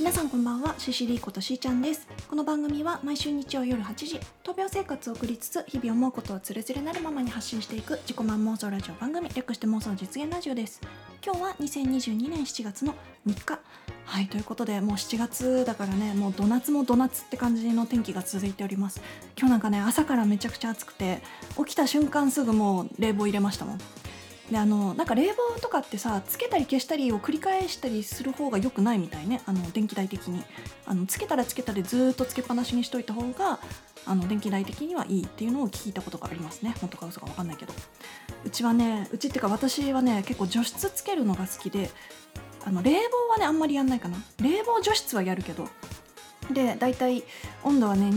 皆さんこんばんは、シシリーことしーちゃんです。この番組は毎週日曜夜8時、闘病生活を送りつつ日々思うことをつれづれなるままに発信していく自己満妄想ラジオ番組、略して妄想実現ラジオです。今日は2022年7月の3日。はい、ということでもう7月だからね、もうド夏もド夏って感じの天気が続いております。今日なんかね、朝からめちゃくちゃ暑くて、起きた瞬間すぐもう冷房入れましたもん。でなんか冷房とかってさ、つけたり消したりを繰り返したりする方が良くないみたいね、電気代的に。つけたらつけたでずっとつけっぱなしにしといた方が電気代的にはいいっていうのを聞いたことがありますね。本当か嘘か分かんないけど、うちっていうか私はね、結構除湿つけるのが好きで、冷房はねあんまりやんないかな。冷房除湿はやるけど、でだいたい温度はね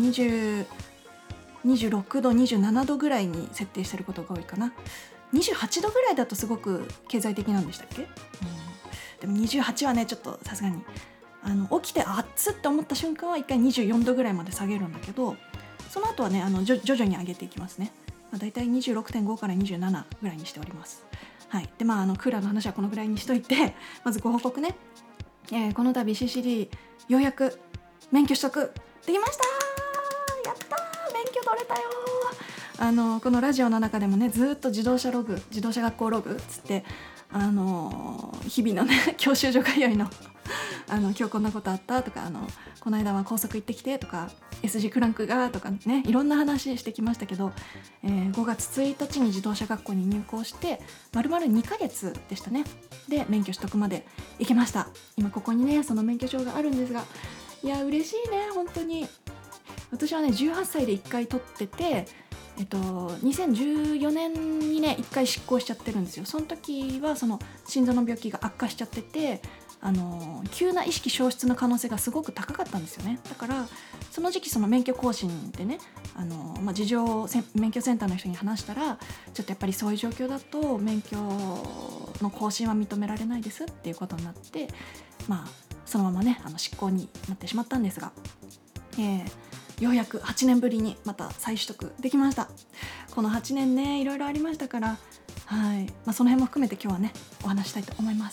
26度27度ぐらいに設定してることが多いかな。28度ぐらいだとすごく経済的なんでしたっけ、でも28はねちょっとさすがに起きて熱って思った瞬間は一回24度ぐらいまで下げるんだけど、その後はね徐々に上げていきますね。だいたい 26.5 から27ぐらいにしております。はい、でクーラーの話はこのぐらいにしといて、まずご報告ね、この度 CCD ようやく免許取得できました。やったー、免許取れたよ。このラジオの中でもね、ずっと自動車学校ログつって日々のね教習所通いの今日こんなことあったとか、この間は高速行ってきてとか、 S 字クランクがとかね、いろんな話してきましたけど、5月1日に自動車学校に入校して丸々2ヶ月でしたね。で免許取得まで行けました。今ここにねその免許証があるんですが、いや嬉しいね本当に。私はね18歳で1回取ってて、2014年にね1回執行しちゃってるんですよ。その時はその心臓の病気が悪化しちゃってて、急な意識消失の可能性がすごく高かったんですよね。だからその時期その免許更新でね、事情を免許センターの人に話したら、ちょっとやっぱりそういう状況だと免許の更新は認められないですっていうことになって、そのままね執行になってしまったんですが、ようやく8年ぶりにまた再取得できました。この8年ねいろいろありましたから、はい、その辺も含めて今日はねお話したいと思います。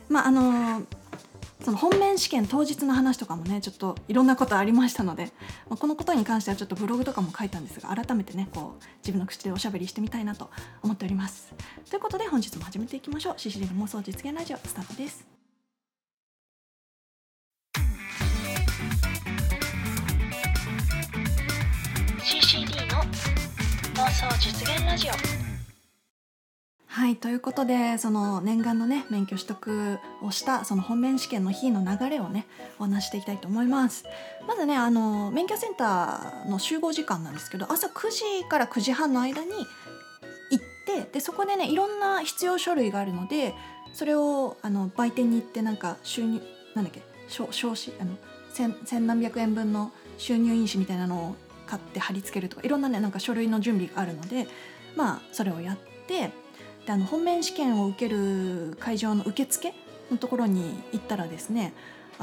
その本面試験当日の話とかもねちょっといろんなことありましたので、このことに関してはちょっとブログとかも書いたんですが、改めてねこう自分の口でおしゃべりしてみたいなと思っております。ということで本日も始めていきましょう。シシリの妄想実現ラジオスタートです。CCD の妄想実現ラジオ。はい、ということでその念願のね免許取得をしたその本面試験の日の流れをねお話していきたいと思います。まずね免許センターの集合時間なんですけど、朝9時から9時半の間に行って、でそこでねいろんな必要書類があるので、それを売店に行ってなんか収入証子千何百円分の収入印紙みたいなのを買って貼り付けるとか、いろんなねなんか書類の準備があるので、それをやって、で本面試験を受ける会場の受付のところに行ったらですね、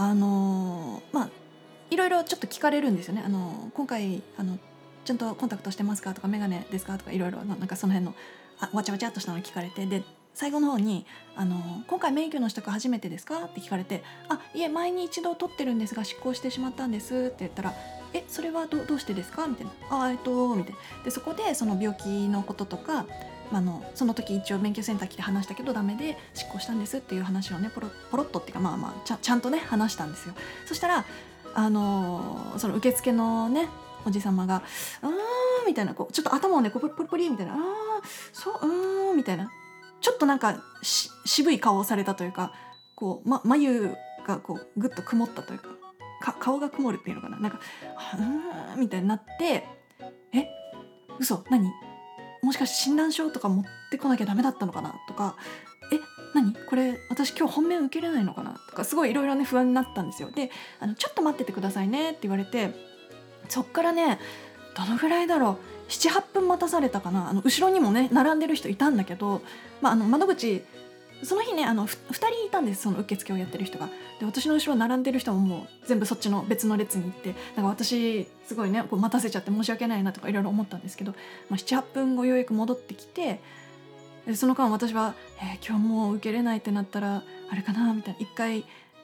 いろいろちょっと聞かれるんですよね。今回ちゃんとコンタクトしてますかとか、メガネですかとか、いろいろなんかその辺のわちゃわちゃっとしたの聞かれて、で最後の方に今回免許の取得初めてですかって聞かれて、いえ前に一度取ってるんですが失効してしまったんですって言ったら、それはどうしてですかみたいな、みたいな。でそこでその病気のこととか、その時一応免許センター来て話したけどダメで失効したんですっていう話をねポロッとっていうかちゃんとね話したんですよ。そしたらその受付のねおじさまがみたいな、こうちょっと頭をねこうポリポリみたいな、そうみたいな、ちょっとなんか渋い顔をされたというか、こう、眉がこうぐっと曇ったというか、顔が曇るっていうのかな、なんかみたいになって、嘘何、もしかして診断書とか持ってこなきゃダメだったのかなとか、何これ私今日本面受けれないのかなとか、すごいいろいろね不安になったんですよ。でちょっと待っててくださいねって言われて、そっからねどのぐらいだろう、 7,8 分待たされたかな。後ろにもね並んでる人いたんだけど、窓口その日ね2人いたんです、その受付をやってる人が。で私の後ろ並んでる人ももう全部そっちの別の列に行って、なんか私すごいねこう待たせちゃって申し訳ないなとかいろいろ思ったんですけど、7,8 分後ようやく戻ってきて、その間私は、今日もう受けれないってなったらあれかなみたいな、一回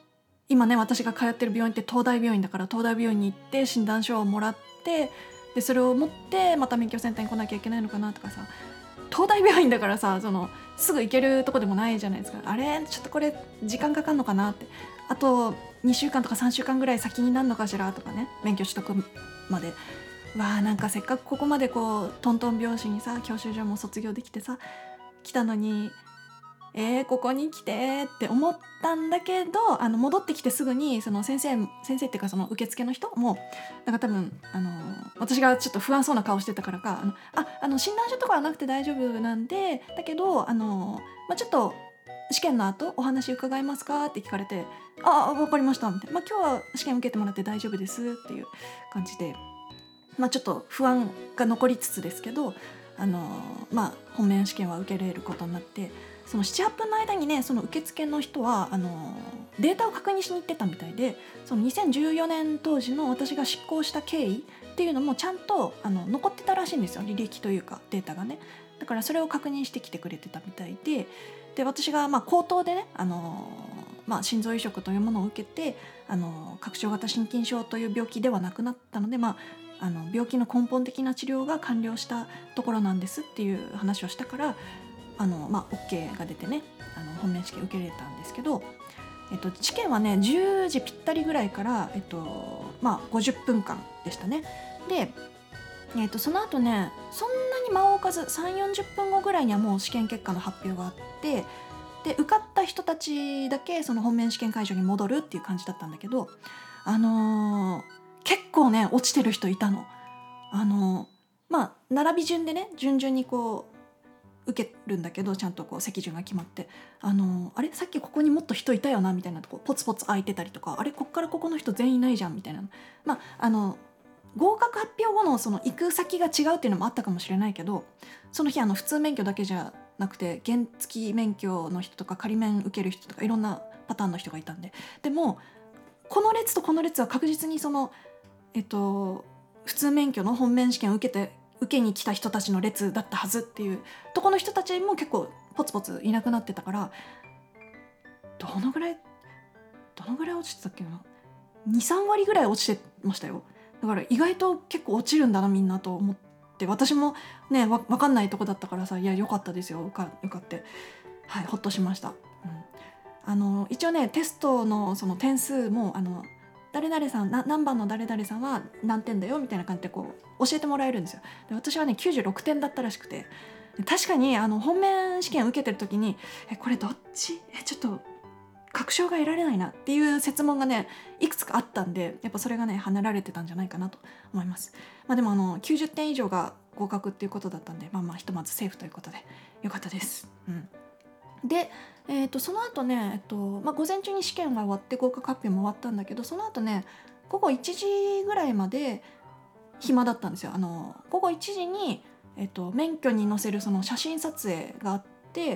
今ね私が通ってる病院って東大病院だから、東大病院に行って診断書をもらって、でそれを持ってまた免許センターに来なきゃいけないのかなとかさ、東大病院だからさ、すぐ行けるとこでもないじゃないですか。あれちょっとこれ時間かかんのかなって、あと2週間とか3週間ぐらい先になるのかしらとかね、免許取得まで。わあ、なんかせっかくここまでこうトントン拍子にさ教習所も卒業できてさ来たのに、ここに来てって思ったんだけど、戻ってきてすぐにその先生っていうかその受付の人もなんか多分私がちょっと不安そうな顔してたからか、診断書とかはなくて大丈夫なんで、だけどちょっと試験の後お話伺えますかって聞かれて、わかりましたみたいな、今日は試験受けてもらって大丈夫ですっていう感じで、ちょっと不安が残りつつですけど、本面試験は受けれることになって、その 7,8 分の間にね、その受付の人はデータを確認しに行ってたみたいで、その2014年当時の私が執行した経緯っていうのもちゃんと残ってたらしいんですよ、履歴というかデータがね。だからそれを確認してきてくれてたみたいで、私が口頭でね心臓移植というものを受けて拡張型心筋症という病気ではなくなったので、病気の根本的な治療が完了したところなんですっていう話をしたから、OK が出てね本面試験受けれたんですけど、試験はね10時ぴったりぐらいから、50分間でしたね。で、その後ねそんなに間を置かず 3,40 分後ぐらいにはもう試験結果の発表があって、で受かった人たちだけその本面試験会場に戻るっていう感じだったんだけど、結構ね落ちてる人いたの。並び順でね順々にこう受けるんだけど、ちゃんとこう席順が決まって、あれさっきここにもっと人いたよなみたいなとこポツポツ空いてたりとか、あれこっからここの人全員いないじゃんみたいな、合格発表後のその行く先が違うっていうのもあったかもしれないけど、その日普通免許だけじゃなくて原付免許の人とか仮免受ける人とかいろんなパターンの人がいたんで、でもこの列とこの列は確実にその普通免許の本面試験を受けに来た人たちの列だったはずっていうとこの人たちも結構ポツポツいなくなってたから、どのぐらい落ちてたっけな、 2,3 割ぐらい落ちてましたよ。だから意外と結構落ちるんだなみんなと思って、私もね分かんないとこだったからさ、いや良かったですよ受かって、はいほっとしました。一応ねテストのその点数も誰々さん何番の誰々さんは何点だよみたいな感じでこう教えてもらえるんですよ。で私はね96点だったらしくて、確かに本面試験受けてる時にこれどっちちょっと確証が得られないなっていう設問がねいくつかあったんで、やっぱそれがね跳ねられてたんじゃないかなと思います。でも90点以上が合格っていうことだったんで、ひとまずセーフということでよかったです。で、その後ね、午前中に試験が終わって合格発表も終わったんだけど、その後ね午後1時ぐらいまで暇だったんですよ。午後1時に、免許に載せるその写真撮影があって、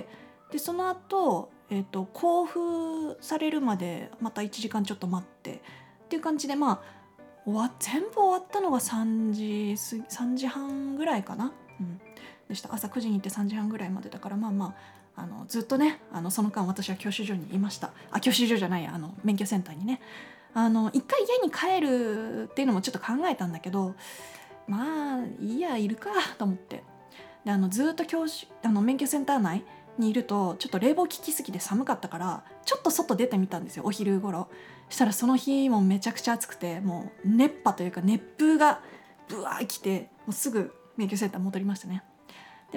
でその後、交付されるまでまた1時間ちょっと待ってっていう感じで、全部終わったのが3時半ぐらいかな、でした。朝9時に行って3時半ぐらいまでだから、ずっとねその間私は教習所にいました。教習所じゃないや免許センターにね。一回家に帰るっていうのもちょっと考えたんだけど、いいやいるかと思って、でずっと免許センター内にいるとちょっと冷房効きすぎて寒かったからちょっと外出てみたんですよ、お昼頃。したらその日もめちゃくちゃ暑くて、もう熱波というか熱風がブワー来て、もうすぐ免許センター戻りましたね。で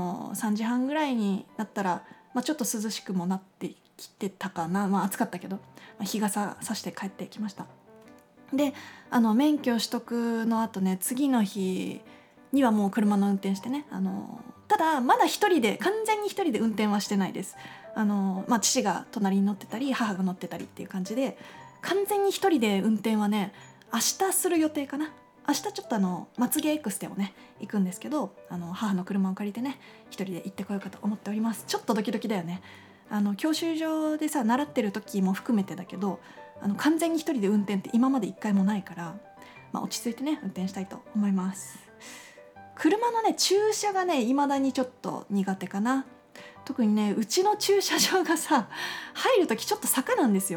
3時半ぐらいになったら、ちょっと涼しくもなってきてたかな、暑かったけど、日傘さして帰ってきました。で免許取得の後ね、次の日にはもう車の運転してね、ただまだ完全に一人で運転はしてないです。父が隣に乗ってたり母が乗ってたりっていう感じで、完全に一人で運転はね明日する予定かな。明日ちょっとまつげエクステをね行くんですけど、母の車を借りてね一人で行ってこようかと思っております。ちょっとドキドキだよね。教習所でさ習ってる時も含めてだけど、完全に一人で運転って今まで一回もないから、落ち着いてね運転したいと思います。車のね駐車がね未だにちょっと苦手かな。特にねうちの駐車場がさ入る時ちょっと坂なんですよ。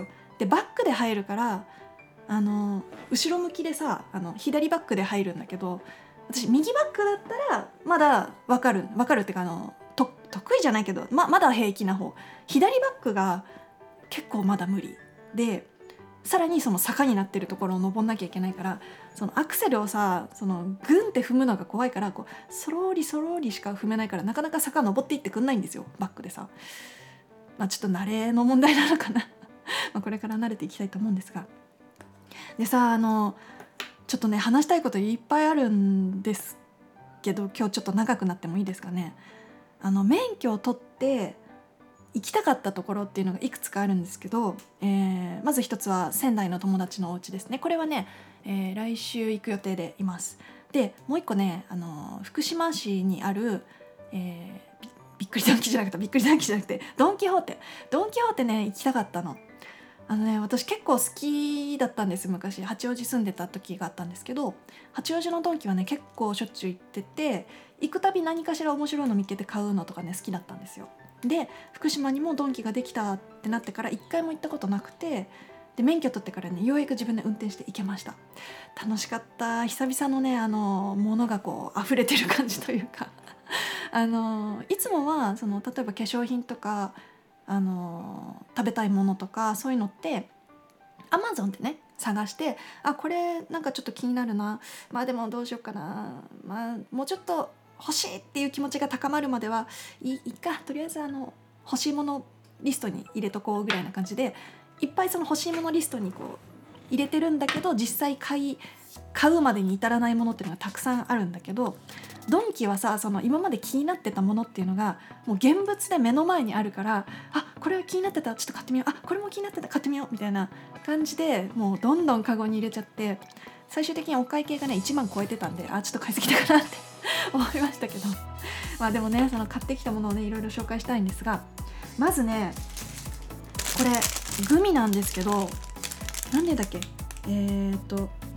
でバックで入るから後ろ向きでさ左バックで入るんだけど、私右バックだったらまだ分かるっていうか得意じゃないけど、まだ平気な方。左バックが結構まだ無理で、さらにその坂になってるところを登んなきゃいけないから、そのアクセルをさグンって踏むのが怖いから、こうそろりしか踏めないから、なかなか坂登っていってくんないんですよ、バックでさ。ちょっと慣れの問題なのかなこれから慣れていきたいと思うんですが。でさちょっとね話したいこといっぱいあるんですけど、今日ちょっと長くなってもいいですかね。免許を取って行きたかったところっていうのがいくつかあるんですけど、まず一つは仙台の友達のお家ですね。これはね、来週行く予定でいます。でもう一個ね福島市にある、びっくりドンキじゃなくてドン・キホーテね行きたかったの。私結構好きだったんです。昔八王子住んでた時があったんですけど、八王子のドンキはね結構しょっちゅう行ってて、行くたび何かしら面白いの見つけて買うのとかね好きだったんですよ。で福島にもドンキができたってなってから一回も行ったことなくて、で免許取ってからねようやく自分で運転して行けました。楽しかった。久々のね物がこう溢れてる感じというかいつもは例えば化粧品とか食べたいものとかそういうのってAmazonでね探して、これなんかちょっと気になるな、でもどうしようかな、もうちょっと欲しいっていう気持ちが高まるまではいいか、とりあえず欲しいものリストに入れとこうぐらいな感じで、いっぱいその欲しいものリストにこう入れてるんだけど、実際買うまでに至らないものっていうのがたくさんあるんだけど、ドンキはさ今まで気になってたものっていうのがもう現物で目の前にあるから、これは気になってた、ちょっと買ってみよう、これも気になってた、買ってみようみたいな感じで、もうどんどんカゴに入れちゃって、最終的にお会計がね1万超えてたんで、ちょっと買いすぎたかなって思いましたけど、でもね買ってきたものをねいろいろ紹介したいんですが、まずねこれグミなんですけど、なんでだっけなんで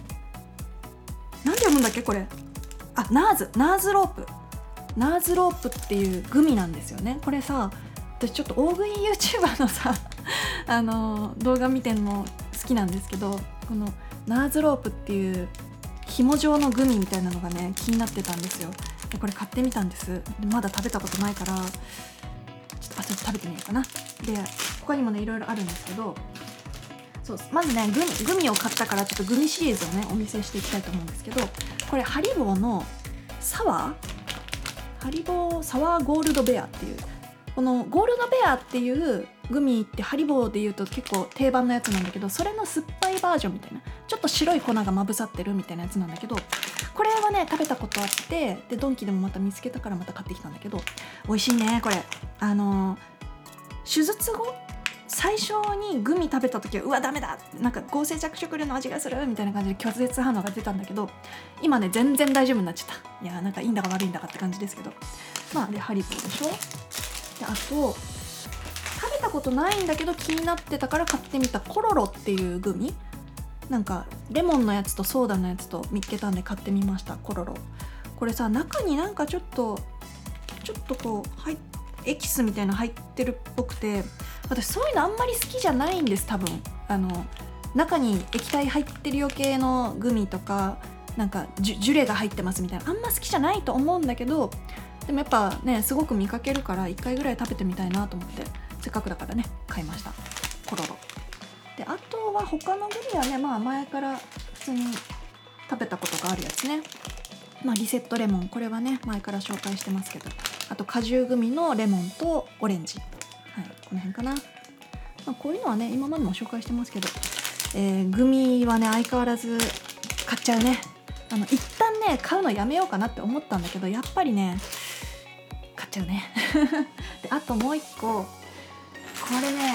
読むんだっけこれ、ナーズロープっていうグミなんですよね。これさ、私ちょっと大食い YouTuber のさ動画見てるの好きなんですけど、このナーズロープっていう紐状のグミみたいなのがね気になってたんですよ。でこれ買ってみたんです。でまだ食べたことないからちょっと食べてみようかな。で他にもねいろいろあるんですけど、そうまずねグミを買ったから、ちょっとグミシリーズをねお見せしていきたいと思うんですけど、これハリボーのサワーゴールドベアっていう、このゴールドベアっていうグミってハリボーでいうと結構定番のやつなんだけど、それの酸っぱいバージョンみたいな、ちょっと白い粉がまぶさってるみたいなやつなんだけど、これはね食べたことあって、でドンキでもまた見つけたからまた買ってきたんだけど、美味しいねこれ。手術後最初にグミ食べた時はうわダメだ、なんか合成着色料の味がするみたいな感じで拒絶反応が出たんだけど、今ね全然大丈夫になっちゃった。いやなんかいいんだか悪いんだかって感じですけど、でハリボーでしょ。であと食べたことないんだけど気になってたから買ってみたコロロっていうグミ、なんかレモンのやつとソーダのやつと見つけたんで買ってみました。コロロこれさ、中になんかちょっとこうエキスみたいなの入ってるっぽくて、私そういうのあんまり好きじゃないんです。多分中に液体入ってる余計のグミとか、なんかジュレが入ってますみたいな、あんま好きじゃないと思うんだけど、でもやっぱねすごく見かけるから1回ぐらい食べてみたいなと思って、せっかくだからね買いました、コロロ。であとは他のグミはね前から普通に食べたことがあるやつね。リセットレモン、これはね前から紹介してますけど、あと果汁グミのレモンとオレンジ、この辺かな。こういうのはね今までも紹介してますけど、グミはね相変わらず買っちゃうね。一旦ね買うのやめようかなって思ったんだけど、やっぱりね買っちゃうねであともう一個、これね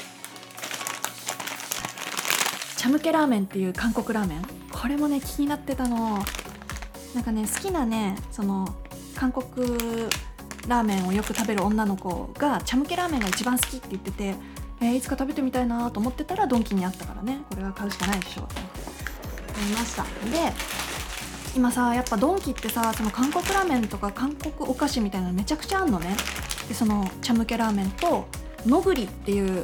チャムケラーメンっていう韓国ラーメン、これもね気になってたの。なんかね好きなね韓国ラーメンをよく食べる女の子がチャムケラーメンが一番好きって言ってて、いつか食べてみたいなと思ってたらドンキにあったからね、これは買うしかないでしょと思って買いました。で今さやっぱドンキってさ、その韓国ラーメンとか韓国お菓子みたいなのめちゃくちゃあんのね。でそのチャムケラーメンとノグリっていう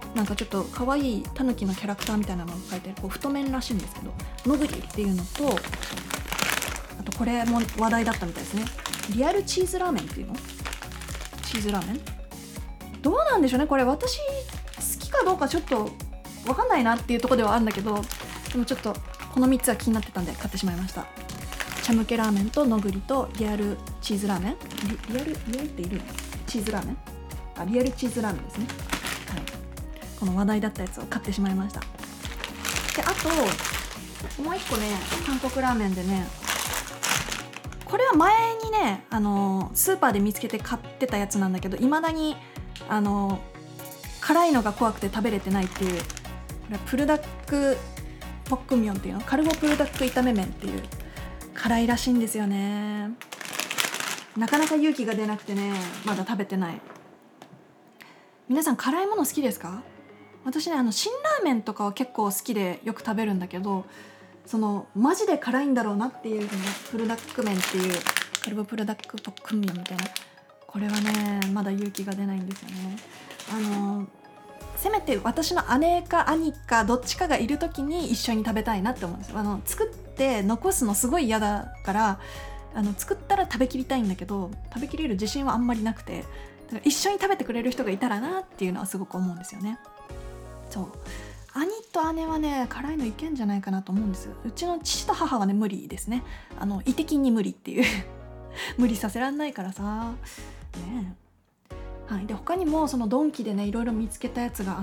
なんかちょっと可愛いタヌキのキャラクターみたいなのを描いてるこう太麺らしいんですけど、のぐりっていうのと、あとこれも話題だったみたいですね。リアルチーズラーメンっていうの、チーズラーメンどうなんでしょうね。これ私好きかどうかちょっと分かんないなっていうところではあるんだけど、でもちょっとこの3つは気になってたんで買ってしまいました。チャムケラーメンとのぐりとリアルチーズラーメン、リアルっているチーズラーメン、あ、リアルチーズラーメンですね。はい、この話題だったやつを買ってしまいました。で、あともう一個ね、韓国ラーメンでね、これは前にね、スーパーで見つけて買ってたやつなんだけど、未だに辛いのが怖くて食べれてないっていう、これはプルダックポックミョンっていうの、カルボプルダック炒め麺っていう、辛いらしいんですよね。なかなか勇気が出なくてね、まだ食べてない。皆さん辛いもの好きですか？私ね、辛ラーメンとかは結構好きでよく食べるんだけど、そのマジで辛いんだろうなっていう風なプルダック麺っていう、カルボプルダックポックミョンみたいな、これはねまだ勇気が出ないんですよね。せめて私の姉か兄かどっちかがいる時に一緒に食べたいなって思うんですよ。作って残すのすごい嫌だから、作ったら食べきりたいんだけど、食べきれる自信はあんまりなくて、だから一緒に食べてくれる人がいたらなっていうのはすごく思うんですよね。そう、兄と姉はね辛いのいけんじゃないかなと思うんですよ。うちの父と母はね無理ですね。胃的に無理っていう無理させらんないからさね。はい、で他にもそのドンキでねいろいろ見つけたやつがあって、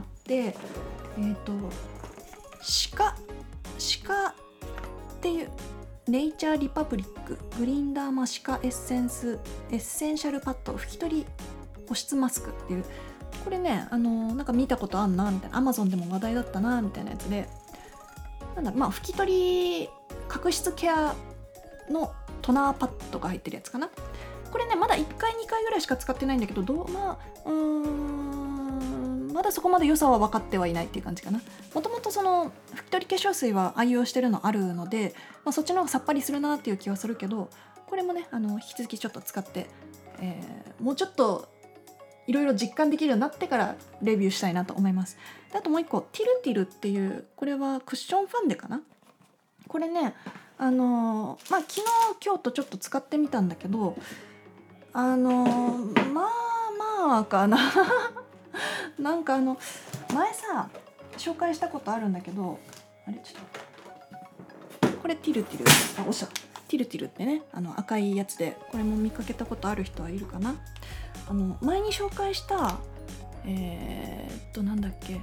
鹿っていうネイチャーリパブリックグリーンダーマシカエッセンシャルパッド拭き取り保湿マスクっていう、これねなんか見たことあんなみたいな、アマゾンでも話題だったなみたいなやつで、なんだろう、拭き取り角質ケアのトナーパッドが入ってるやつかな。これねまだ1回2回ぐらいしか使ってないんだけど、まだそこまで良さは分かってはいないっていう感じかな。もともとその拭き取り化粧水は愛用してるのあるので、そっちの方がさっぱりするなっていう気はするけど、これもね引き続きちょっと使って、もうちょっといろいろ実感できるようになってからレビューしたいなと思います。であともう一個ティルティルっていう、これはクッションファンデかな。これね昨日今日とちょっと使ってみたんだけど、まあかななんか前さ紹介したことあるんだけど、あれちょっとこれティルティル、おっしゃティルティルってね赤いやつで、これも見かけたことある人はいるかな。前に紹介したなんだっけ、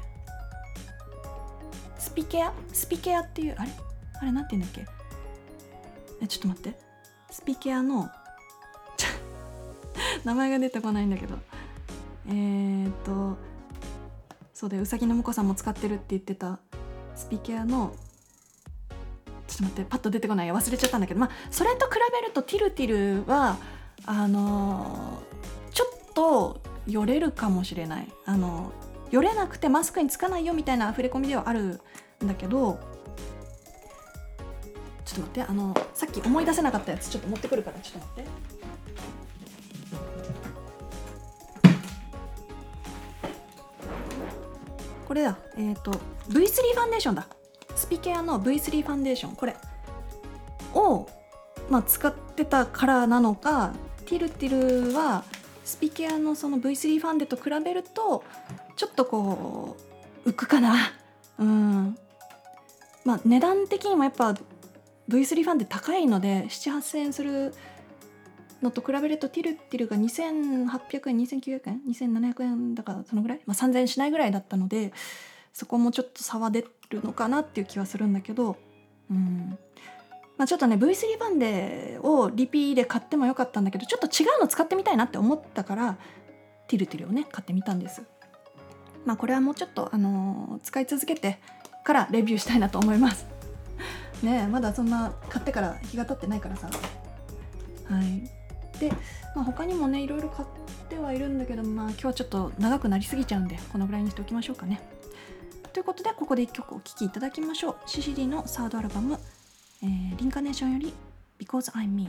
スピケアっていう、あれなんて言うんだっけ、ちょっと待って、スピケアの名前が出てこないんだけど、そうだよ、うさぎのむこさんも使ってるって言ってたスピケアの、ちょっと待ってパッと出てこないや、忘れちゃったんだけど、それと比べるとティルティルはちょっとよれるかもしれない。よれなくてマスクにつかないよみたいな触れ込みではあるんだけど、ちょっと待って、さっき思い出せなかったやつちょっと持ってくるから、ちょっと待って。これだ、V3 ファンデーションだ。スピケアの V3 ファンデーション、これを、使ってたからなのか、ティルティルはスピケアのその V3 ファンデと比べるとちょっとこう浮くかな。値段的にもやっぱ V3 ファンデ高いので 7,800 円するのと比べると、ティルティルが2800円2900円2700円だから、そのぐらい、3000円しないぐらいだったので、そこもちょっと差は出るのかなっていう気はするんだけど、ちょっとね V3 ファンデをリピで買ってもよかったんだけど、ちょっと違うの使ってみたいなって思ったからティルティルをね買ってみたんです。これはもうちょっと、使い続けてからレビューしたいなと思いますね。まだそんな買ってから日が経ってないからさ。はい。で、他にもねいろいろ買ってはいるんだけど、今日はちょっと長くなりすぎちゃうんでこのぐらいにしておきましょうかね。ということで、ここで1曲お聴きいただきましょう。CCD のサードアルバム、リンカネーションより Because I'm Me。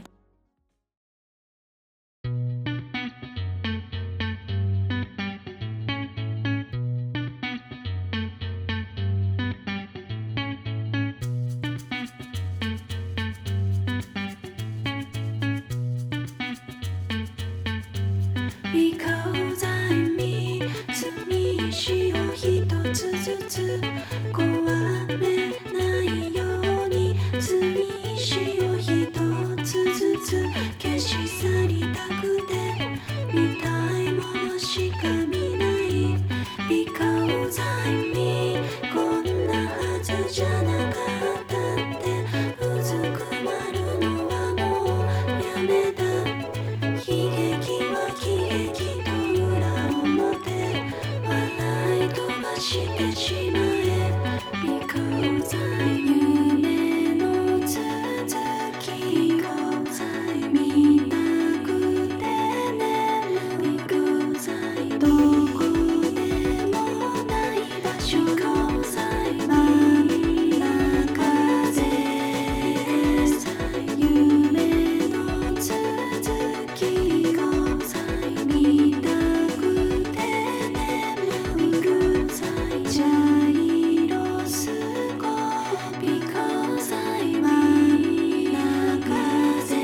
Because I mean 積み石を一つずつ壊れないように積み石を一つずつ消し去りたくて見たいものしか見ない Because I mean こんなはずじゃなかったってうずくまるのはもうやめた悲劇は喜劇と裏表笑い飛ばしてしまえ Because I 夢の続きを見たくてね Because I どこでもない場所の真ん中です夢の続きを見たくてね Because I ジャイロスコ Because I 真ん中です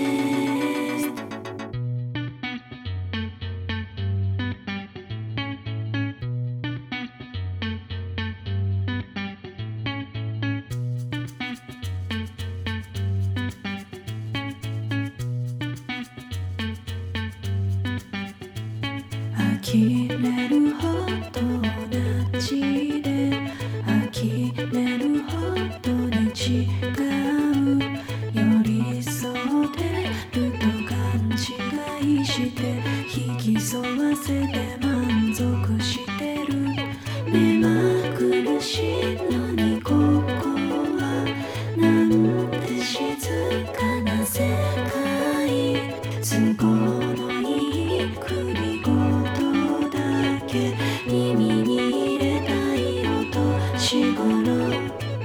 呆れるほど同じで呆れるほどに違う寄り添ってると勘違いして引き添わせて満足してる目まぐるしいのにここはなんて静かな世界都合のいい繰り言だけ耳に入れたい音しごろ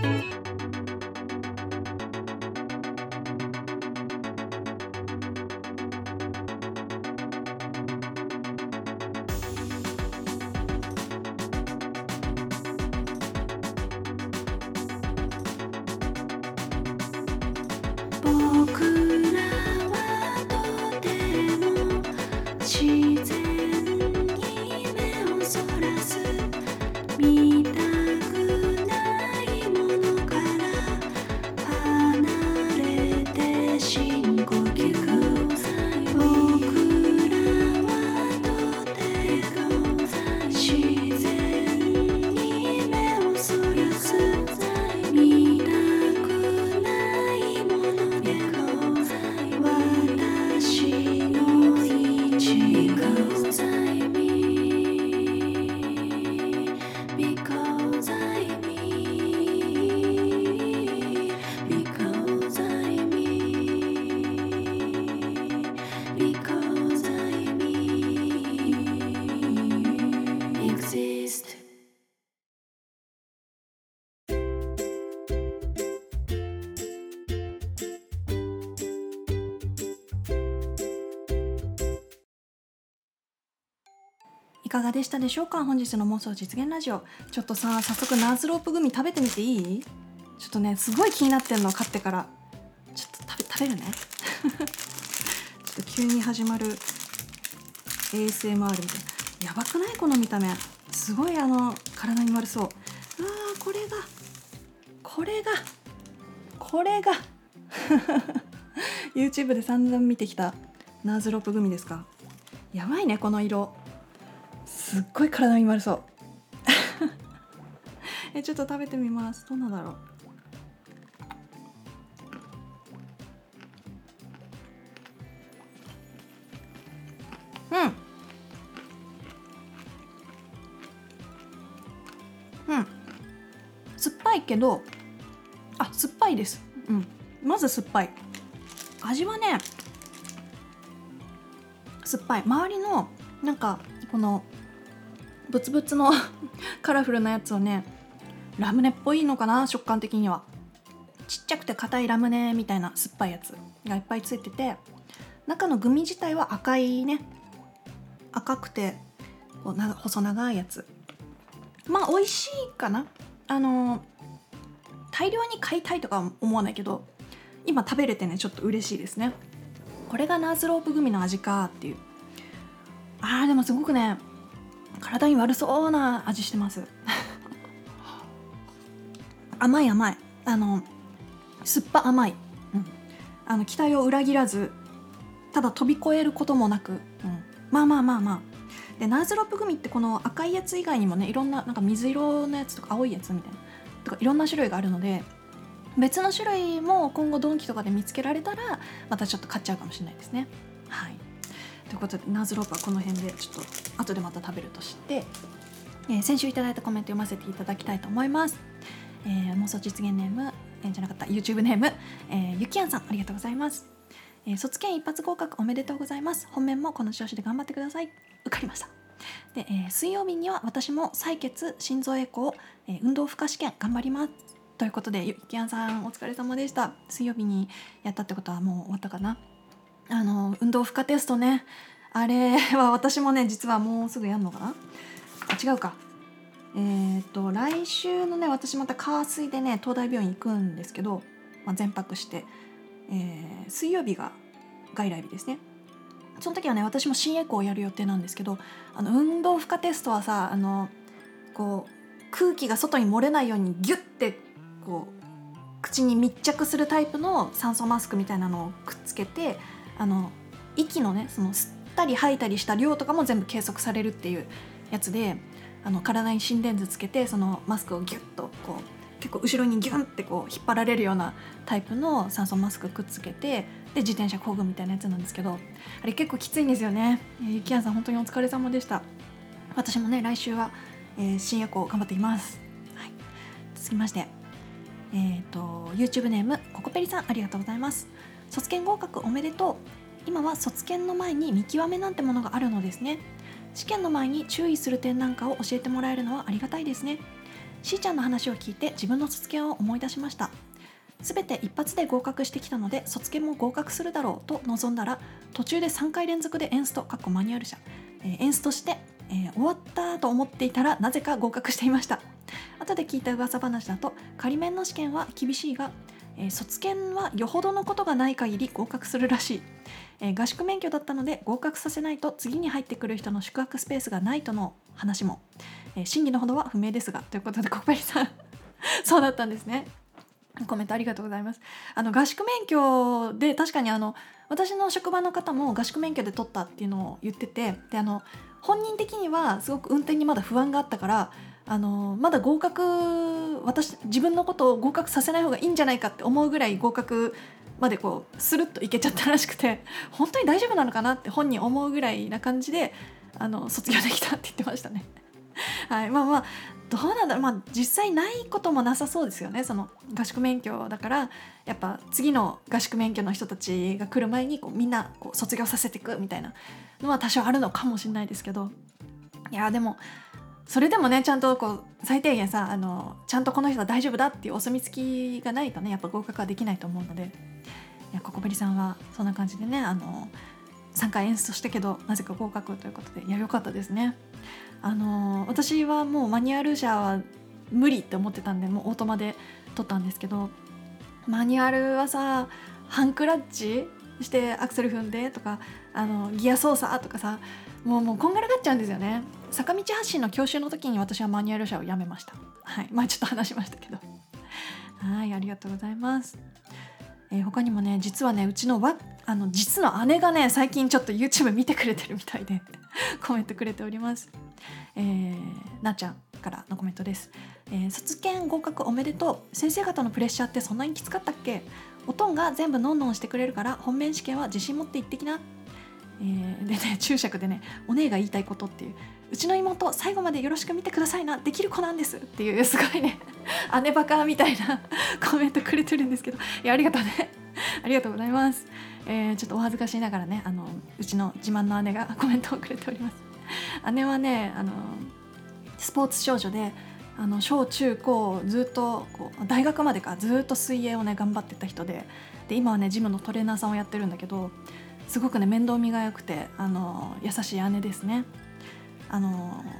僕らはとても自然に目をそらす見たくないものから離れて深呼吸僕らはとても自然に目をそらす見たくないもので私の位置 Because I mean Because I mean Because I mean Because I mean existいかがでしたでしょうか。本日の妄想実現ラジオ。ちょっとさ、早速ナーズロープグミ食べてみていい？ちょっとね、すごい気になってんの、買ってから。ちょっと食べるね。ちょっと急に始まる ASMR みたいな。やばくない？この見た目。すごい体に悪そう。これがYouTube で散々見てきたナーズロープグミですか。やばいね、この色。すっごい体に悪そうちょっと食べてみます。どんなだろう。酸っぱいけど酸っぱいです。まず酸っぱい。味はね酸っぱい。周りのなんかこのブツブツのカラフルなやつをね、ラムネっぽいのかな、食感的には。ちっちゃくて硬いラムネみたいな酸っぱいやつがいっぱいついてて、中のグミ自体は赤いね、赤くてこう細長いやつ。まあ美味しいかな。大量に買いたいとかは思わないけど、今食べれてねちょっと嬉しいですね。これがナーズロープグミの味かっていう。 でもすごくね体に悪そうな味してます甘い酸っぱ甘い、期待を裏切らず、ただ飛び越えることもなく、まあでナーズロップグミってこの赤いやつ以外にもねいろんな、なんか水色のやつとか青いやつみたいなとかいろんな種類があるので、別の種類も今後ドンキとかで見つけられたらまたちょっと買っちゃうかもしれないですね。はい、ということでナーズロープはこの辺でちょっと後でまた食べるとして、先週いただいたコメント読ませていただきたいと思います。妄想実現ネーム、じゃなかった YouTube ネーム、ゆきやんさんありがとうございます。卒検一発合格おめでとうございます。本面もこの調子で頑張ってください。受かりました。で、水曜日には私も採血心臓エコー、運動負荷試験頑張りますということで、ゆきやんさんお疲れ様でした。水曜日にやったってことはもう終わったかな。運動負荷テストね、あれは私もね実はもうすぐやるのかな。違うか、来週のね私また火水でね東大病院行くんですけど、全泊して、水曜日が外来日ですね。その時はね私も心エコーをやる予定なんですけど、運動負荷テストはさ、こう空気が外に漏れないようにギュッてこう口に密着するタイプの酸素マスクみたいなのをくっつけて、息のねその吸ったり吐いたりした量とかも全部計測されるっていうやつで、体に心電図つけてそのマスクをギュッとこう結構後ろにギュンってこう引っ張られるようなタイプの酸素マスクくっつけて、で自転車漕ぐみたいなやつなんですけど、あれ結構きついんですよね。ゆきやんさん本当にお疲れ様でした。私もね来週は、新エコー頑張っています。はい、続きまして、YouTube ネームココペリさんありがとうございます。卒検合格おめでとう。今は卒検の前に見極めなんてものがあるのですね。試験の前に注意する点なんかを教えてもらえるのはありがたいですね。しーちゃんの話を聞いて自分の卒検を思い出しました。すべて一発で合格してきたので卒検も合格するだろうと望んだら、途中で3回連続でエンストマニュアル車、エンストして、終わったと思っていたらなぜか合格していました。後で聞いた噂話だと仮免の試験は厳しいが、卒検はよほどのことがない限り合格するらしい。合宿免許だったので合格させないと次に入ってくる人の宿泊スペースがないとの話も、真偽のほどは不明ですが、ということでコペリさんそうだったんですね。コメントありがとうございます。合宿免許で確かに私の職場の方も合宿免許で取ったっていうのを言ってて、で本人的にはすごく運転にまだ不安があったからまだ合格、自分のことを合格させない方がいいんじゃないかって思うぐらい合格までこうスルッといけちゃったらしくて、本当に大丈夫なのかなって本人思うぐらいな感じで卒業できたって言ってましたねはい、どうなんだろう、実際ないこともなさそうですよね。その合宿免許だからやっぱ次の合宿免許の人たちが来る前にみんな卒業させていくみたいなのは多少あるのかもしれないですけど、いやでもそれでもねちゃんと最低限さちゃんとこの人は大丈夫だっていうお墨付きがないとねやっぱ合格はできないと思うので、いやココベリさんはそんな感じでね3回演出したけどなぜか合格ということで、いや良かったですね。私はもうマニュアル車は無理って思ってたんでもうオートマで取ったんですけど、マニュアルはさハンクラッチしてアクセル踏んでとかギア操作とかさもうこんがらがっちゃうんですよね。坂道発進の教習の時に私はマニュアル車をやめました。はい、ちょっと話しましたけどはいありがとうございます。他にもね実はねうちの実の姉がね最近ちょっと YouTube 見てくれてるみたいでコメントくれております。なっちゃんからのコメントです。卒検合格おめでとう。先生方のプレッシャーってそんなにきつかったっけ？おとんが全部ノンノンしてくれるから本面試験は自信持って行ってきな。でね注釈でねお姉が言いたいことっていう、うちの妹最後までよろしく見てくださいな、できる子なんですっていうすごいね姉バカみたいなコメントくれてるんですけど、いやありがとうねありがとうございます。ちょっとお恥ずかしいながらねうちの自慢の姉がコメントをくれております。姉はねスポーツ少女で小中高ずっと大学までかずっと水泳をね頑張ってた人で今はねジムのトレーナーさんをやってるんだけど、すごくね面倒見が良くて優しい姉ですね。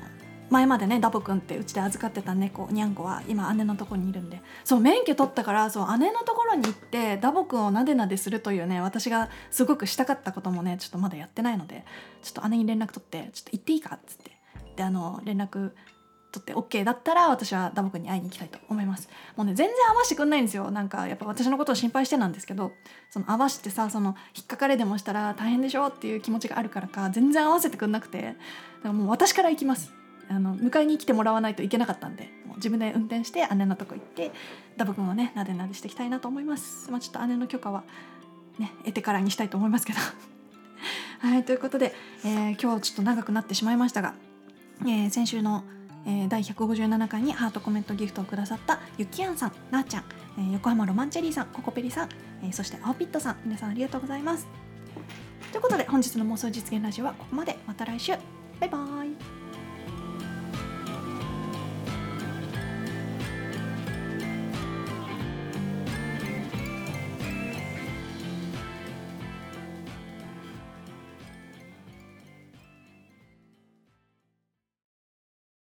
前までねダボくんってうちで預かってた猫にゃんこは今姉のところにいるんで、そう免許取ったから、そう姉のところに行ってダボくんをなでなでするというね、私がすごくしたかったこともねちょっとまだやってないので、ちょっと姉に連絡取ってちょっと行っていいかっつって、で連絡取って OK だったら私はダボくんに会いに行きたいと思います。もうね全然合わせてくんないんですよ。なんかやっぱ私のことを心配してなんですけど、その合わせてさ、その引っかかれでもしたら大変でしょっていう気持ちがあるからか全然合わせてくんなくて、だからもう私から行きます。迎えに来てもらわないといけなかったんで、もう自分で運転して姉のとこ行ってダボくんをねなでなでしていきたいなと思います。ちょっと姉の許可はね得てからにしたいと思いますけどはい、ということで、今日ちょっと長くなってしまいましたが、先週の第157回にハートコメントギフトをくださったゆきやんさん、なーちゃん、横浜ロマンチェリーさん、ココペリさん、そして青ピットさん、皆さんありがとうございます。ということで本日の妄想実現ラジオはここまで。また来週。バイバーイ。